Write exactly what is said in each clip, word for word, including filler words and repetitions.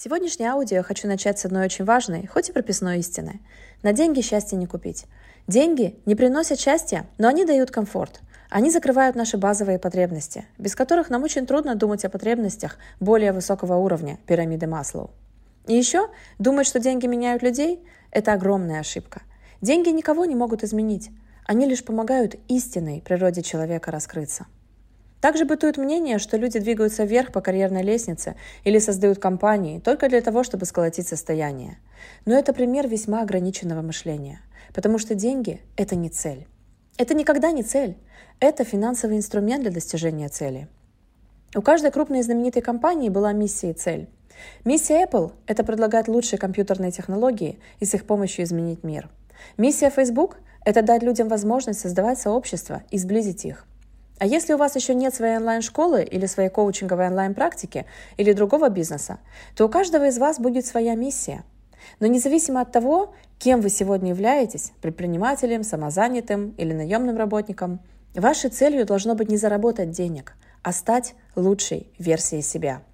Сегодняшнее аудио я хочу начать с одной очень важной, хоть и прописной истины. На деньги счастье не купить. Деньги не приносят счастья, но они дают комфорт. Они закрывают наши базовые потребности, без которых нам очень трудно думать о потребностях более высокого уровня пирамиды Маслоу. И еще думать, что деньги меняют людей – это огромная ошибка. Деньги никого не могут изменить. Они лишь помогают истинной природе человека раскрыться. Также бытует мнение, что люди двигаются вверх по карьерной лестнице или создают компании только для того, чтобы сколотить состояние. Но это пример весьма ограниченного мышления, потому что деньги – это не цель. Это никогда не цель. Это финансовый инструмент для достижения цели. У каждой крупной и знаменитой компании была миссия и цель. Миссия Apple – это предлагать лучшие компьютерные технологии и с их помощью изменить мир. Миссия Facebook – это дать людям возможность создавать сообщества и сблизить их. А если у вас еще нет своей онлайн-школы или своей коучинговой онлайн-практики или другого бизнеса, то у каждого из вас будет своя миссия. Но независимо от того, кем вы сегодня являетесь, предпринимателем, самозанятым или наемным работником, вашей целью должно быть не заработать денег, а стать лучшей версией себя.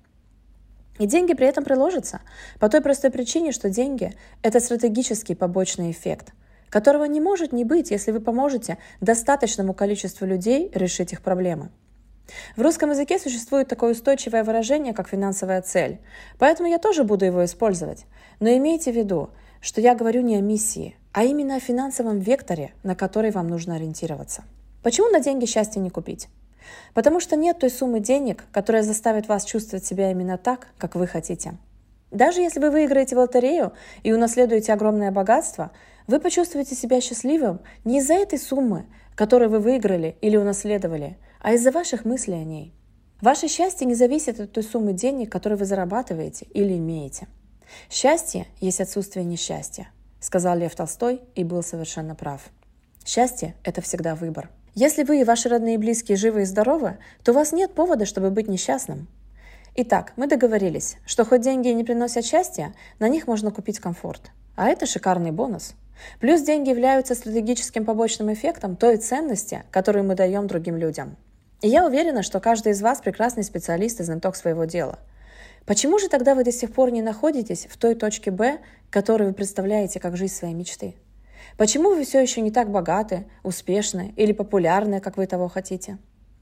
И деньги при этом приложатся по той простой причине, что деньги – это стратегический побочный эффект, которого не может не быть, если вы поможете достаточному количеству людей решить их проблемы. В русском языке существует такое устойчивое выражение, как финансовая цель, поэтому я тоже буду его использовать. Но имейте в виду, что я говорю не о миссии, а именно о финансовом векторе, на который вам нужно ориентироваться. Почему на деньги счастье не купить? Потому что нет той суммы денег, которая заставит вас чувствовать себя именно так, как вы хотите. Даже если вы выиграете в лотерею и унаследуете огромное богатство, вы почувствуете себя счастливым не из-за этой суммы, которую вы выиграли или унаследовали, а из-за ваших мыслей о ней. Ваше счастье не зависит от той суммы денег, которую вы зарабатываете или имеете. Счастье есть отсутствие несчастья, сказал Лев Толстой и был совершенно прав. Счастье – это всегда выбор. Если вы и ваши родные и близкие живы и здоровы, то у вас нет повода, чтобы быть несчастным. Итак, мы договорились, что хоть деньги и не приносят счастья, на них можно купить комфорт. А это шикарный бонус. Плюс деньги являются стратегическим побочным эффектом той ценности, которую мы даем другим людям. И я уверена, что каждый из вас прекрасный специалист и знаток своего дела. Почему же тогда вы до сих пор не находитесь в той точке Б, которую вы представляете как жизнь своей мечты? Почему вы все еще не так богаты, успешны или популярны, как вы того хотите?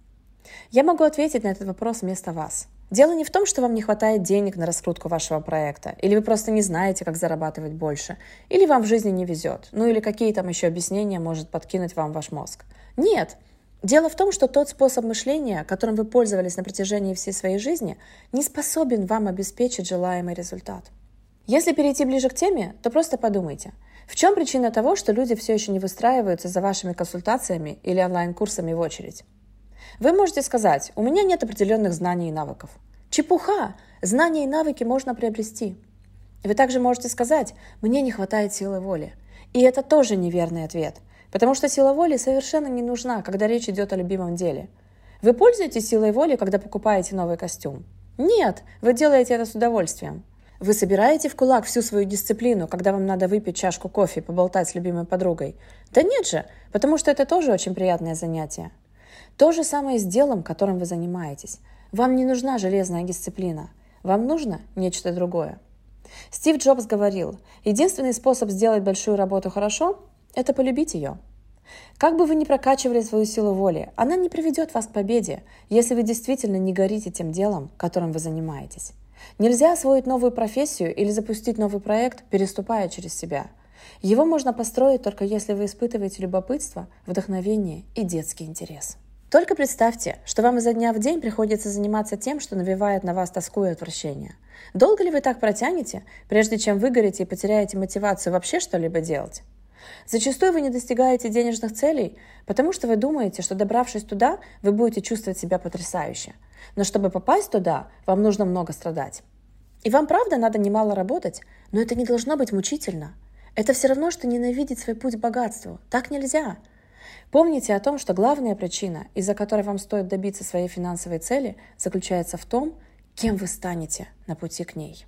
Я могу ответить на этот вопрос вместо вас. Дело не в том, что вам не хватает денег на раскрутку вашего проекта, или вы просто не знаете, как зарабатывать больше, или вам в жизни не везет, ну или какие там еще объяснения может подкинуть вам ваш мозг. Нет. Дело в том, что тот способ мышления, которым вы пользовались на протяжении всей своей жизни, не способен вам обеспечить желаемый результат. Если перейти ближе к теме, то просто подумайте, в чем причина того, что люди все еще не выстраиваются за вашими консультациями или онлайн-курсами в очередь? Вы можете сказать, у меня нет определенных знаний и навыков. Чепуха! Знания и навыки можно приобрести. Вы также можете сказать, мне не хватает силы воли. И это тоже неверный ответ, потому что сила воли совершенно не нужна, когда речь идет о любимом деле. Вы пользуетесь силой воли, когда покупаете новый костюм? Нет, вы делаете это с удовольствием. Вы собираете в кулак всю свою дисциплину, когда вам надо выпить чашку кофе и поболтать с любимой подругой? Да нет же, потому что это тоже очень приятное занятие. То же самое с делом, которым вы занимаетесь. Вам не нужна железная дисциплина. Вам нужно нечто другое. Стив Джобс говорил, единственный способ сделать большую работу хорошо – это полюбить ее. Как бы вы ни прокачивали свою силу воли, она не приведет вас к победе, если вы действительно не горите тем делом, которым вы занимаетесь. Нельзя освоить новую профессию или запустить новый проект, переступая через себя. Его можно построить только если вы испытываете любопытство, вдохновение и детский интерес. Только представьте, что вам изо дня в день приходится заниматься тем, что навевает на вас тоску и отвращение. Долго ли вы так протянете, прежде чем выгорите и потеряете мотивацию вообще что-либо делать? Зачастую вы не достигаете денежных целей, потому что вы думаете, что, добравшись туда, вы будете чувствовать себя потрясающе. Но чтобы попасть туда, вам нужно много страдать. И вам, правда, надо немало работать, но это не должно быть мучительно. Это все равно, что ненавидеть свой путь к богатству. Так нельзя. Помните о том, что главная причина, из-за которой вам стоит добиться своей финансовой цели, заключается в том, кем вы станете на пути к ней.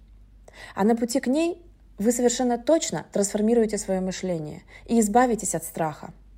А на пути к ней вы совершенно точно трансформируете свое мышление и избавитесь от страха.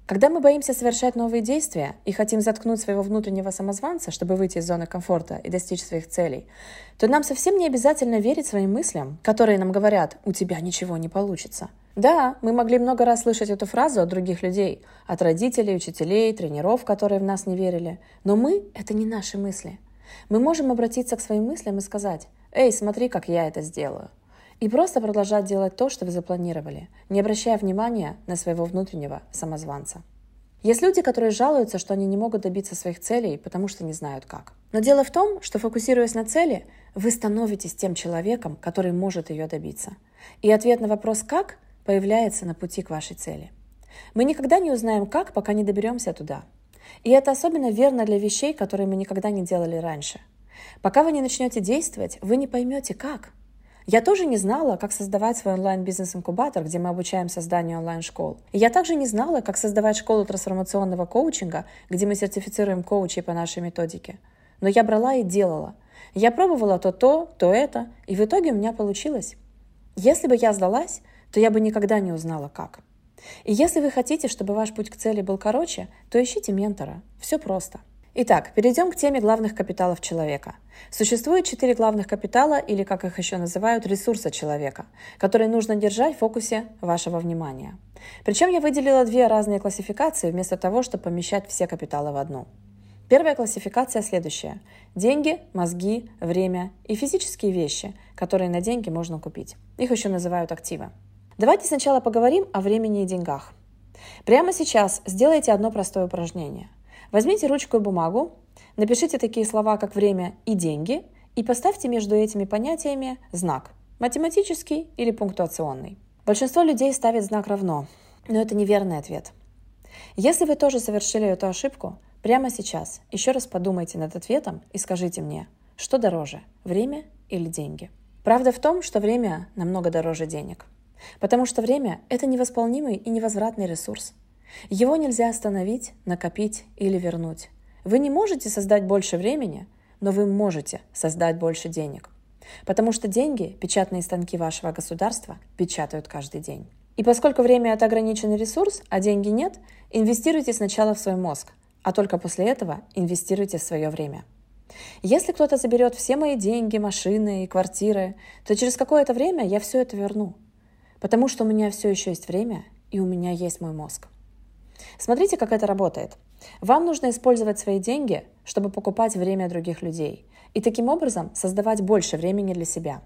Когда мы боимся совершать новые действия и хотим заткнуть своего внутреннего самозванца, чтобы выйти из зоны комфорта и достичь своих целей, то нам совсем не обязательно верить своим мыслям, которые нам говорят «у тебя ничего не получится». Да, мы могли много раз слышать эту фразу от других людей, от родителей, учителей, тренеров, которые в нас не верили. Но мы — это не наши мысли. Мы можем обратиться к своим мыслям и сказать «Эй, смотри, как я это сделаю». И просто продолжать делать то, что вы запланировали, не обращая внимания на своего внутреннего самозванца. Есть люди, которые жалуются, что они не могут добиться своих целей, потому что не знают как. Но дело в том, что, фокусируясь на цели, вы становитесь тем человеком, который может ее добиться. И ответ на вопрос «как» появляется на пути к вашей цели. Мы никогда не узнаем «как», пока не доберемся туда. И это особенно верно для вещей, которые мы никогда не делали раньше. Пока вы не начнете действовать, вы не поймете «как». Я тоже не знала, как создавать свой онлайн-бизнес-инкубатор, где мы обучаем созданию онлайн-школ. И я также не знала, как создавать школу трансформационного коучинга, где мы сертифицируем коучей по нашей методике. Но я брала и делала. Я пробовала то то, то это, и в итоге у меня получилось. Если бы я сдалась, то я бы никогда не узнала как. И если вы хотите, чтобы ваш путь к цели был короче, то ищите ментора. Все просто. Итак, перейдем к теме главных капиталов человека. Существует четыре главных капитала, или, как их еще называют, ресурса человека, которые нужно держать в фокусе вашего внимания. Причем я выделила две разные классификации, вместо того, чтобы помещать все капиталы в одну. Первая классификация следующая. Деньги, мозги, время и физические вещи, которые на деньги можно купить. Их еще называют активы. Давайте сначала поговорим о времени и деньгах. Прямо сейчас сделайте одно простое упражнение. Возьмите ручку и бумагу, напишите такие слова, как время и деньги, и поставьте между этими понятиями знак – математический или пунктуационный. Большинство людей ставит знак «равно», но это неверный ответ. Если вы тоже совершили эту ошибку, прямо сейчас еще раз подумайте над ответом и скажите мне, что дороже – время или деньги. Правда в том, что время намного дороже денег, потому что время – это невосполнимый и невозвратный ресурс. Его нельзя остановить, накопить или вернуть. Вы не можете создать больше времени, но вы можете создать больше денег. Потому что деньги, печатные станки вашего государства, печатают каждый день. И поскольку время – это ограниченный ресурс, а деньги нет, инвестируйте сначала в свой мозг, а только после этого инвестируйте в свое время. Если кто-то заберет все мои деньги, машины и квартиры, то через какое-то время я все это верну. Потому что у меня все еще есть время, и у меня есть мой мозг. Смотрите, как это работает. Вам нужно использовать свои деньги, чтобы покупать время других людей, и таким образом создавать больше времени для себя.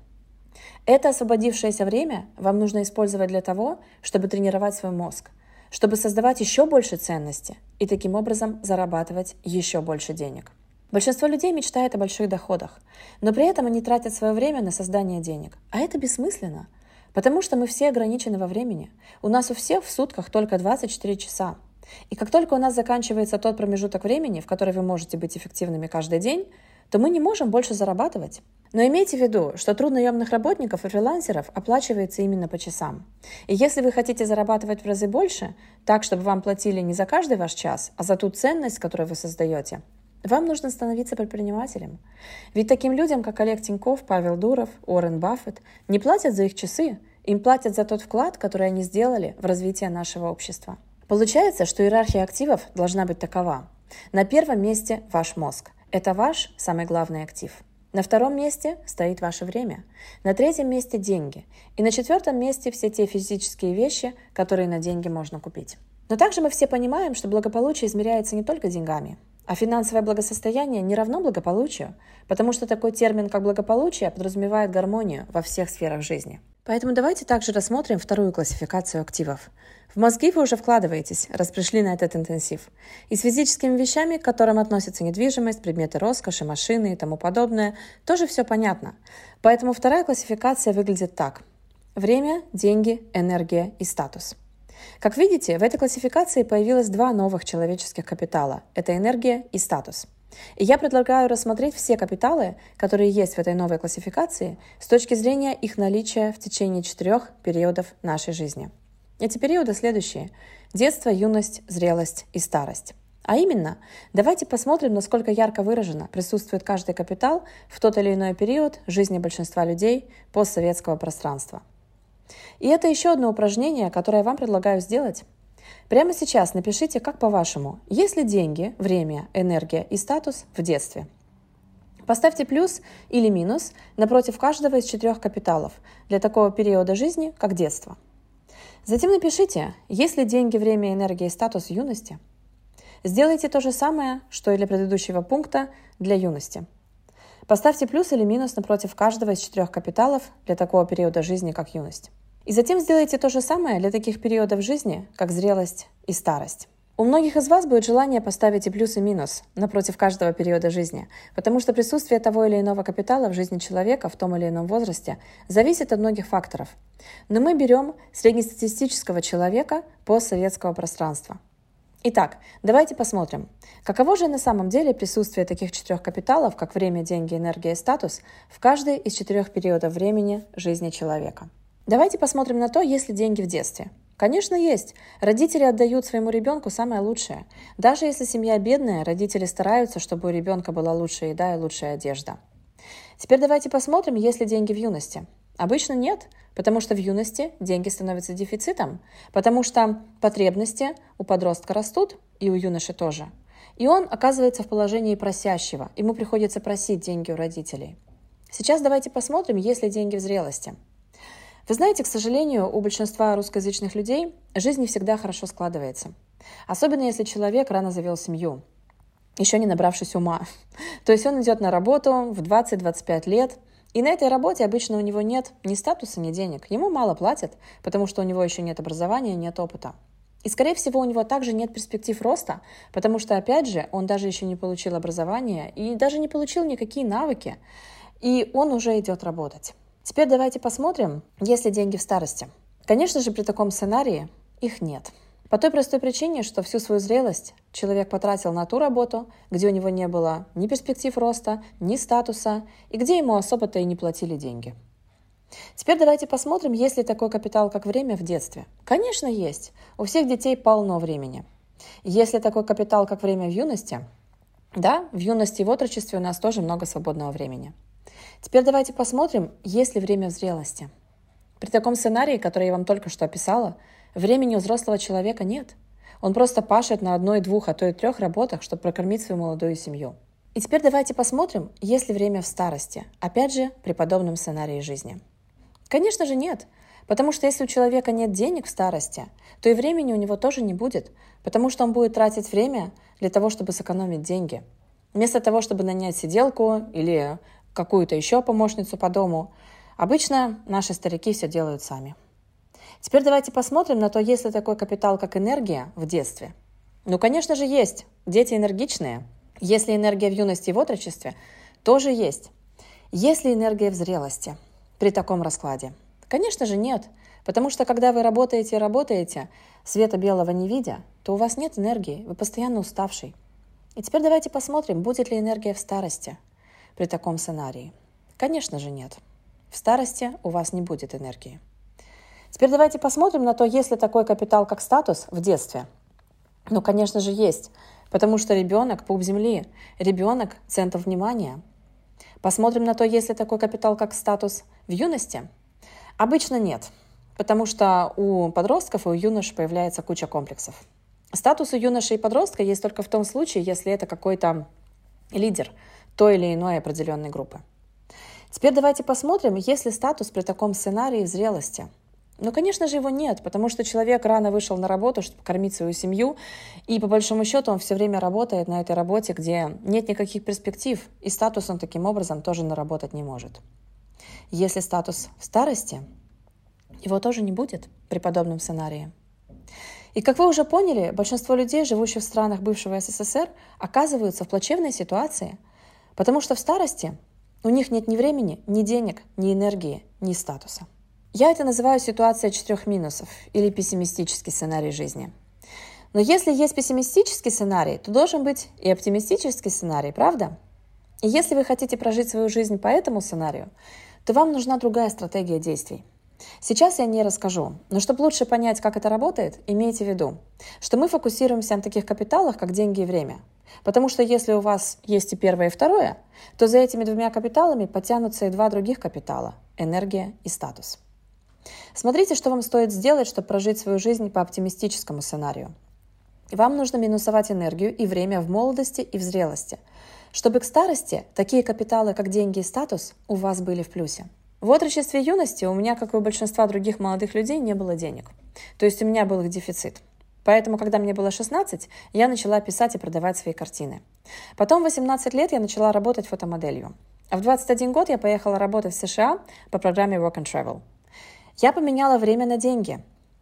Это освободившееся время вам нужно использовать для того, чтобы тренировать свой мозг, чтобы создавать еще больше ценности и таким образом зарабатывать еще больше денег. Большинство людей мечтает о больших доходах, но при этом они тратят свое время на создание денег. А это бессмысленно, потому что мы все ограничены во времени. У нас у всех в сутках только двадцать четыре часа. И как только у нас заканчивается тот промежуток времени, в который вы можете быть эффективными каждый день, то мы не можем больше зарабатывать. Но имейте в виду, что труд наемных работников и фрилансеров оплачивается именно по часам. И если вы хотите зарабатывать в разы больше, так, чтобы вам платили не за каждый ваш час, а за ту ценность, которую вы создаете, вам нужно становиться предпринимателем. Ведь таким людям, как Олег Тиньков, Павел Дуров, Уоррен Баффет, не платят за их часы, им платят за тот вклад, который они сделали в развитие нашего общества. Получается, что иерархия активов должна быть такова. На первом месте ваш мозг. Это ваш самый главный актив. На втором месте стоит ваше время. На третьем месте деньги. И на четвертом месте все те физические вещи, которые на деньги можно купить. Но также мы все понимаем, что благополучие измеряется не только деньгами. А финансовое благосостояние не равно благополучию, потому что такой термин, как благополучие, подразумевает гармонию во всех сферах жизни. Поэтому давайте также рассмотрим вторую классификацию активов. В мозги вы уже вкладываетесь, раз пришли на этот интенсив. И с физическими вещами, к которым относятся недвижимость, предметы роскоши, машины и тому подобное, тоже все понятно. Поэтому вторая классификация выглядит так. Время, деньги, энергия и статус. Как видите, в этой классификации появилось два новых человеческих капитала – это энергия и статус. И я предлагаю рассмотреть все капиталы, которые есть в этой новой классификации, с точки зрения их наличия в течение четырех периодов нашей жизни. Эти периоды следующие – детство, юность, зрелость и старость. А именно, давайте посмотрим, насколько ярко выраженно присутствует каждый капитал в тот или иной период жизни большинства людей постсоветского пространства. И это еще одно упражнение, которое я вам предлагаю сделать. Прямо сейчас напишите, как по-вашему, есть ли деньги, время, энергия и статус в детстве. Поставьте плюс или минус напротив каждого из четырех капиталов для такого периода жизни, как детство. Затем напишите, есть ли деньги, время, энергия и статус в юности. Сделайте то же самое, что и для предыдущего пункта для юности. Поставьте плюс или минус напротив каждого из четырех капиталов для такого периода жизни, как юность. И затем сделайте то же самое для таких периодов жизни, как зрелость и старость. У многих из вас будет желание поставить и плюс, и минус напротив каждого периода жизни, потому что присутствие того или иного капитала в жизни человека в том или ином возрасте зависит от многих факторов. Но мы берем среднестатистического человека постсоветского пространства. Итак, давайте посмотрим, каково же на самом деле присутствие таких четырех капиталов, как время, деньги, энергия и статус, в каждой из четырех периодов времени жизни человека. Давайте посмотрим на то, есть ли деньги в детстве. Конечно, есть. Родители отдают своему ребенку самое лучшее. Даже если семья бедная, родители стараются, чтобы у ребенка была лучшая еда и лучшая одежда. Теперь давайте посмотрим, есть ли деньги в юности. Обычно нет, потому что в юности деньги становятся дефицитом, потому что потребности у подростка растут, и у юноши тоже. И он оказывается в положении просящего, ему приходится просить деньги у родителей. Сейчас давайте посмотрим, есть ли деньги в зрелости. Вы знаете, к сожалению, у большинства русскоязычных людей жизнь не всегда хорошо складывается. Особенно если человек рано завел семью, еще не набравшись ума. То есть он идет на работу в двадцать-двадцать пять лет, и на этой работе обычно у него нет ни статуса, ни денег. Ему мало платят, потому что у него еще нет образования, нет опыта. И, скорее всего, у него также нет перспектив роста, потому что, опять же, он даже еще не получил образование и даже не получил никакие навыки, и он уже идет работать. Теперь давайте посмотрим, есть ли деньги в старости. Конечно же, при таком сценарии их нет. По той простой причине, что всю свою зрелость человек потратил на ту работу, где у него не было ни перспектив роста, ни статуса, и где ему особо-то и не платили деньги. Теперь давайте посмотрим, есть ли такой капитал, как время в детстве. Конечно, есть. У всех детей полно времени. Есть ли такой капитал, как время в юности? Да, в юности и в отрочестве у нас тоже много свободного времени. Теперь давайте посмотрим, есть ли время в зрелости. При таком сценарии, который я вам только что описала, времени у взрослого человека нет. Он просто пашет на одной, двух, а то и трех работах, чтобы прокормить свою молодую семью. И теперь давайте посмотрим, есть ли время в старости, опять же, при подобном сценарии жизни. Конечно же нет, потому что если у человека нет денег в старости, то и времени у него тоже не будет, потому что он будет тратить время для того, чтобы сэкономить деньги. Вместо того, чтобы нанять сиделку или какую-то еще помощницу по дому, обычно наши старики все делают сами. Теперь давайте посмотрим на то, есть ли такой капитал, как энергия в детстве. Ну, конечно же, есть. Дети энергичные. Если энергия в юности и в отрочестве, тоже есть. Есть ли энергия в зрелости при таком раскладе? Конечно же, нет. Потому что, когда вы работаете и работаете, света белого не видя, то у вас нет энергии, вы постоянно уставший. И теперь давайте посмотрим, будет ли энергия в старости при таком сценарии. Конечно же, нет. В старости у вас не будет энергии. Теперь давайте посмотрим на то, есть ли такой капитал, как статус в детстве. Ну, конечно же, есть. Потому что ребенок – пуп земли, ребенок – центр внимания. Посмотрим на то, есть ли такой капитал, как статус в юности. Обычно нет, потому что у подростков и у юнош появляется куча комплексов. Статус у юноши и подростка есть только в том случае, если это какой-то лидер той или иной определенной группы. Теперь давайте посмотрим, есть ли статус при таком сценарии в зрелости. Ну, конечно же, его нет, потому что человек рано вышел на работу, чтобы кормить свою семью, и по большому счету он все время работает на этой работе, где нет никаких перспектив, и статус он таким образом тоже наработать не может. Если статус в старости, его тоже не будет при подобном сценарии. И как вы уже поняли, большинство людей, живущих в странах бывшего СССР, оказываются в плачевной ситуации, потому что в старости у них нет ни времени, ни денег, ни энергии, ни статуса. Я это называю ситуация четырех минусов или пессимистический сценарий жизни. Но если есть пессимистический сценарий, то должен быть и оптимистический сценарий, правда? И если вы хотите прожить свою жизнь по этому сценарию, то вам нужна другая стратегия действий. Сейчас я о ней расскажу, но чтобы лучше понять, как это работает, имейте в виду, что мы фокусируемся на таких капиталах, как деньги и время. Потому что если у вас есть и первое, и второе, то за этими двумя капиталами подтянутся и два других капитала – энергия и статус. Смотрите, что вам стоит сделать, чтобы прожить свою жизнь по оптимистическому сценарию. Вам нужно минусовать энергию и время в молодости и в зрелости, чтобы к старости такие капиталы, как деньги и статус, у вас были в плюсе. В отрочестве и юности у меня, как и у большинства других молодых людей, не было денег. То есть у меня был их дефицит. Поэтому, когда мне было шестнадцать, я начала писать и продавать свои картины. Потом в восемнадцать лет я начала работать фотомоделью. А в двадцать один год я поехала работать в США по программе Work and Travel. Я поменяла время на деньги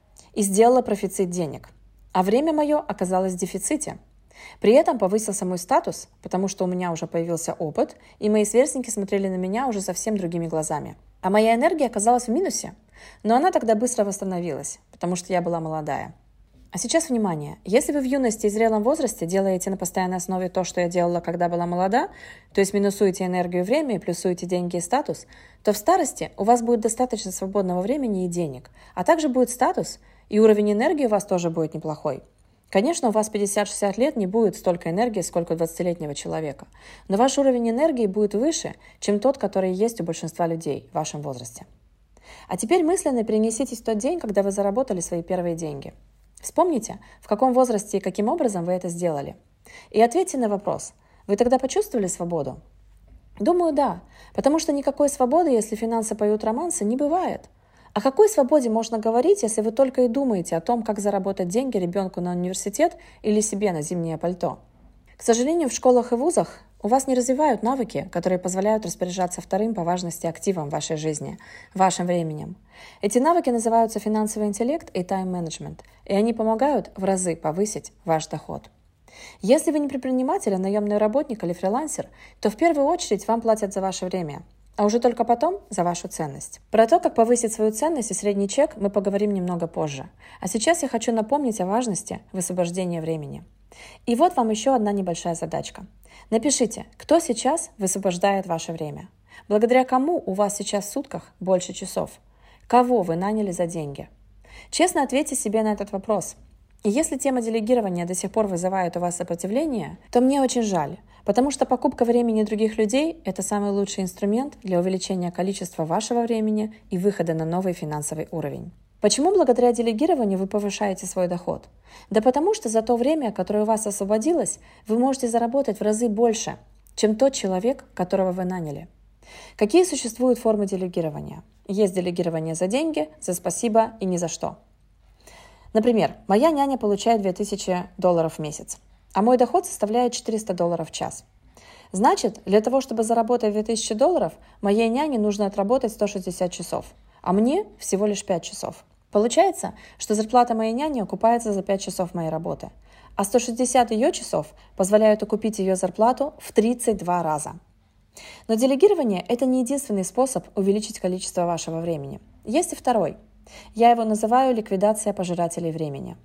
и сделала профицит денег. А время мое оказалось в дефиците. При этом повысился мой статус, потому что у меня уже появился опыт, и мои сверстники смотрели на меня уже совсем другими глазами. А моя энергия оказалась в минусе, но она тогда быстро восстановилась, потому что я была молодая. А сейчас внимание, если вы в юности и зрелом возрасте делаете на постоянной основе то, что я делала, когда была молода, то есть минусуете энергию и время и плюсуете деньги и статус, то в старости у вас будет достаточно свободного времени и денег, а также будет статус, и уровень энергии у вас тоже будет неплохой. Конечно, у вас пятьдесят-шестьдесят лет не будет столько энергии, сколько у двадцатилетнего человека, но ваш уровень энергии будет выше, чем тот, который есть у большинства людей в вашем возрасте. А теперь мысленно перенеситесь в тот день, когда вы заработали свои первые деньги. Вспомните, в каком возрасте и каким образом вы это сделали. И ответьте на вопрос, вы тогда почувствовали свободу? Думаю, да, потому что никакой свободы, если финансы поют романсы, не бывает. О какой свободе можно говорить, если вы только и думаете о том, как заработать деньги ребенку на университет или себе на зимнее пальто? К сожалению, в школах и вузах у вас не развивают навыки, которые позволяют распоряжаться вторым по важности активом в вашей жизни, вашим временем. Эти навыки называются финансовый интеллект и тайм-менеджмент, и они помогают в разы повысить ваш доход. Если вы не предприниматель, а наемный работник или фрилансер, то в первую очередь вам платят за ваше время, а уже только потом за вашу ценность. Про то, как повысить свою ценность и средний чек, мы поговорим немного позже. А сейчас я хочу напомнить о важности высвобождения времени. И вот вам еще одна небольшая задачка. Напишите, кто сейчас высвобождает ваше время. Благодаря кому у вас сейчас в сутках больше часов? Кого вы наняли за деньги? Честно ответьте себе на этот вопрос. И если тема делегирования до сих пор вызывает у вас сопротивление, то мне очень жаль, потому что покупка времени других людей – это самый лучший инструмент для увеличения количества вашего времени и выхода на новый финансовый уровень. Почему благодаря делегированию вы повышаете свой доход? Да потому что за то время, которое у вас освободилось, вы можете заработать в разы больше, чем тот человек, которого вы наняли. Какие существуют формы делегирования? Есть делегирование за деньги, за спасибо и ни за что. Например, моя няня получает две тысячи долларов в месяц, а мой доход составляет четыреста долларов в час. Значит, для того, чтобы заработать две тысячи долларов, моей няне нужно отработать сто шестьдесят часов, а мне всего лишь пять часов. Получается, что зарплата моей няни окупается за пять часов моей работы, а сто шестьдесят ее часов позволяют окупить ее зарплату в тридцать два раза. Но делегирование – это не единственный способ увеличить количество вашего времени. Есть и второй. Я его называю ликвидация пожирателей времени.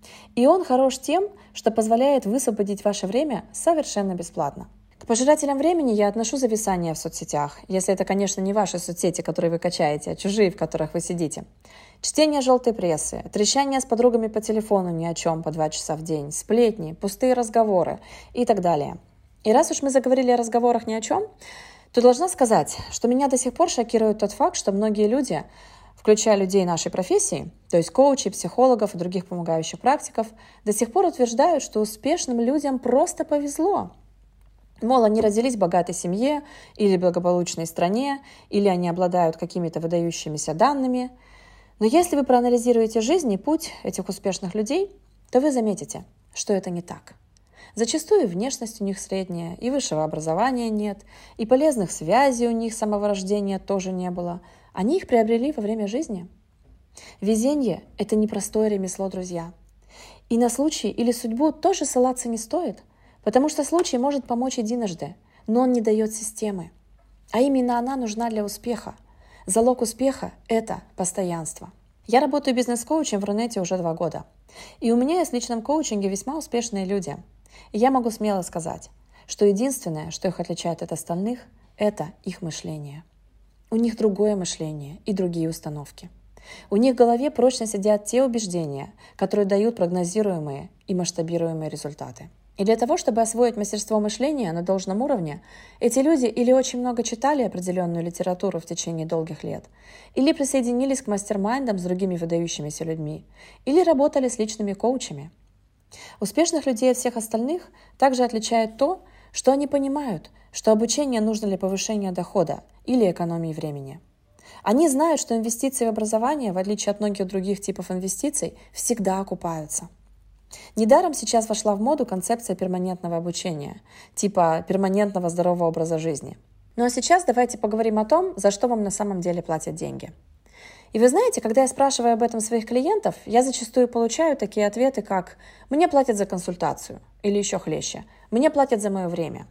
И он хорош тем, что позволяет высвободить ваше время совершенно бесплатно. К пожирателям времени я отношу зависание в соцсетях, если это, конечно, не ваши соцсети, которые вы качаете, а чужие, в которых вы сидите. Чтение желтой прессы, трещание с подругами по телефону ни о чем по два часа в день, сплетни, пустые разговоры и так далее. И раз уж мы заговорили о разговорах ни о чем, то должна сказать, что меня до сих пор шокирует тот факт, что многие люди, включая людей нашей профессии, то есть коучей, психологов и других помогающих практиков, до сих пор утверждают, что успешным людям просто повезло. Мол, они родились в богатой семье или благополучной стране, или они обладают какими-то выдающимися данными. Но если вы проанализируете жизнь и путь этих успешных людей, то вы заметите, что это не так. Зачастую внешность у них средняя, и высшего образования нет, и полезных связей у них с самого рождения тоже не было. Они их приобрели во время жизни. Везение – это непростое ремесло, друзья. И на случай или судьбу тоже ссылаться не стоит, потому что случай может помочь единожды, но он не дает системы. А именно она нужна для успеха. Залог успеха – это постоянство. Я работаю бизнес-коучем в Рунете уже два года. И у меня есть в личном коучинге весьма успешные люди. И я могу смело сказать, что единственное, что их отличает от остальных, это их мышление. У них другое мышление и другие установки. У них в голове прочно сидят те убеждения, которые дают прогнозируемые и масштабируемые результаты. И для того, чтобы освоить мастерство мышления на должном уровне, эти люди или очень много читали определенную литературу в течение долгих лет, или присоединились к мастер-майндам с другими выдающимися людьми, или работали с личными коучами. Успешных людей от всех остальных также отличает то, что они понимают, что обучение нужно для повышения дохода или экономии времени. Они знают, что инвестиции в образование, в отличие от многих других типов инвестиций, всегда окупаются. Недаром сейчас вошла в моду концепция перманентного обучения, типа перманентного здорового образа жизни. Ну а сейчас давайте поговорим о том, за что вам на самом деле платят деньги. И вы знаете, когда я спрашиваю об этом своих клиентов, я зачастую получаю такие ответы, как «мне платят за консультацию» или еще хлеще «мне платят за мое время».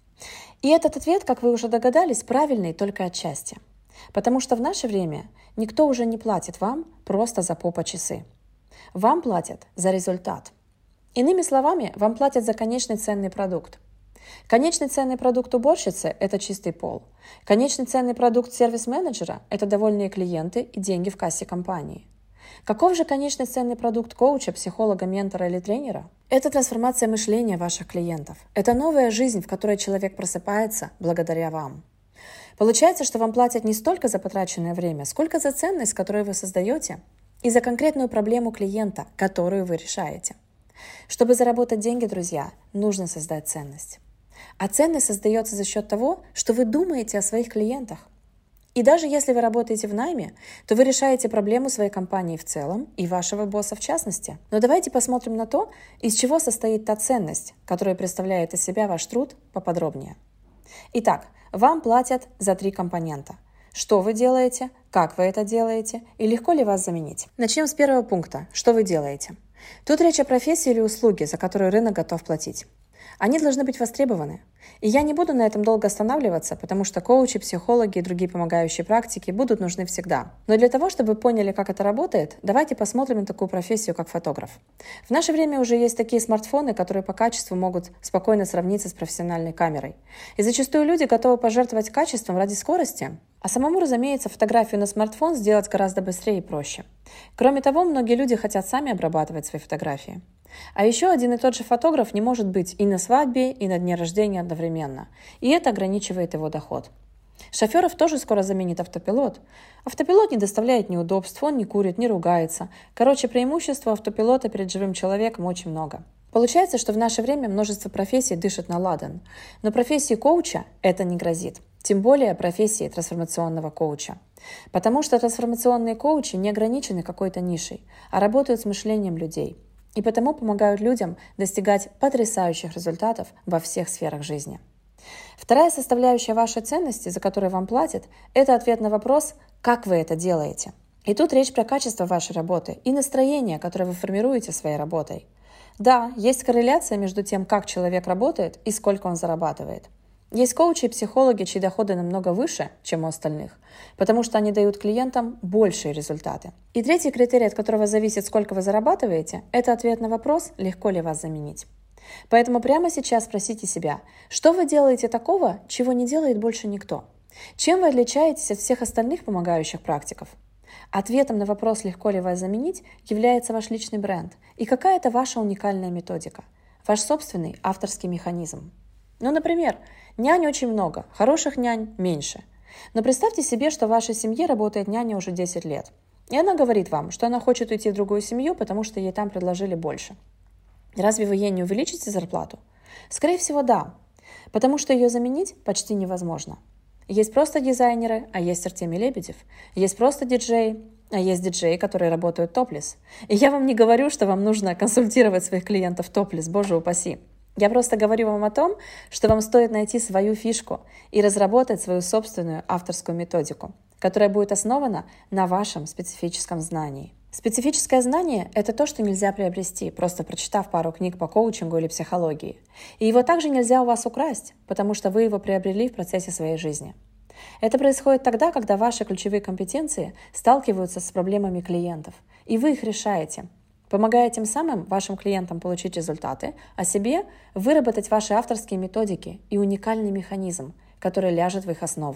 И этот ответ, как вы уже догадались, правильный только отчасти. Потому что в наше время никто уже не платит вам просто за попа часы. Вам платят за результат. Иными словами, вам платят за конечный ценный продукт. Конечный ценный продукт уборщицы – это чистый пол. Конечный ценный продукт сервис-менеджера – это довольные клиенты и деньги в кассе компании. Каков же конечный ценный продукт коуча, психолога, ментора или тренера? Это трансформация мышления ваших клиентов. Это новая жизнь, в которой человек просыпается благодаря вам. Получается, что вам платят не столько за потраченное время, сколько за ценность, которую вы создаете, и за конкретную проблему клиента, которую вы решаете. Чтобы заработать деньги, друзья, нужно создать ценность. А ценность создается за счет того, что вы думаете о своих клиентах. И даже если вы работаете в найме, то вы решаете проблему своей компании в целом и вашего босса в частности. Но давайте посмотрим на то, из чего состоит та ценность, которую представляет из себя ваш труд, поподробнее. Итак, вам платят за три компонента. Что вы делаете, как вы это делаете и легко ли вас заменить. Начнем с первого пункта. Что вы делаете? Тут речь о профессии или услуге, за которую рынок готов платить. Они должны быть востребованы. И я не буду на этом долго останавливаться, потому что коучи, психологи и другие помогающие практики будут нужны всегда. Но для того, чтобы вы поняли, как это работает, давайте посмотрим на такую профессию, как фотограф. В наше время уже есть такие смартфоны, которые по качеству могут спокойно сравниться с профессиональной камерой. И зачастую люди готовы пожертвовать качеством ради скорости, а самому, разумеется, фотографию на смартфон сделать гораздо быстрее и проще. Кроме того, многие люди хотят сами обрабатывать свои фотографии. А еще один и тот же фотограф не может быть и на свадьбе, и на дне рождения одновременно. И это ограничивает его доход. Шоферов тоже скоро заменит автопилот. Автопилот не доставляет неудобств, он не курит, не ругается. Короче, преимущества автопилота перед живым человеком очень много. Получается, что в наше время множество профессий дышит на ладан. Но профессии коуча это не грозит. Тем более профессии трансформационного коуча. Потому что трансформационные коучи не ограничены какой-то нишей, а работают с мышлением людей. И потому помогают людям достигать потрясающих результатов во всех сферах жизни. Вторая составляющая вашей ценности, за которую вам платят, это ответ на вопрос, как вы это делаете. И тут речь про качество вашей работы и настроение, которое вы формируете своей работой. Да, есть корреляция между тем, как человек работает и сколько он зарабатывает. Есть коучи и психологи, чьи доходы намного выше, чем у остальных, потому что они дают клиентам большие результаты. И третий критерий, от которого зависит, сколько вы зарабатываете, это ответ на вопрос, легко ли вас заменить. Поэтому прямо сейчас спросите себя, что вы делаете такого, чего не делает больше никто? Чем вы отличаетесь от всех остальных помогающих практиков? Ответом на вопрос, легко ли вас заменить, является ваш личный бренд и какая-то ваша уникальная методика, ваш собственный авторский механизм. Ну, например, нянь очень много, хороших нянь меньше. Но представьте себе, что в вашей семье работает няня уже десять лет. И она говорит вам, что она хочет уйти в другую семью, потому что ей там предложили больше. Разве вы ей не увеличите зарплату? Скорее всего, да. Потому что ее заменить почти невозможно. Есть просто дизайнеры, а есть Артемий Лебедев. Есть просто диджеи, а есть диджеи, которые работают топлес. И я вам не говорю, что вам нужно консультировать своих клиентов топлес, боже упаси. Я просто говорю вам о том, что вам стоит найти свою фишку и разработать свою собственную авторскую методику, которая будет основана на вашем специфическом знании. Специфическое знание – это то, что нельзя приобрести, просто прочитав пару книг по коучингу или психологии. И его также нельзя у вас украсть, потому что вы его приобрели в процессе своей жизни. Это происходит тогда, когда ваши ключевые компетенции сталкиваются с проблемами клиентов, и вы их решаете, помогая тем самым вашим клиентам получить результаты, а себе выработать ваши авторские методики и уникальный механизм, который ляжет в их основу.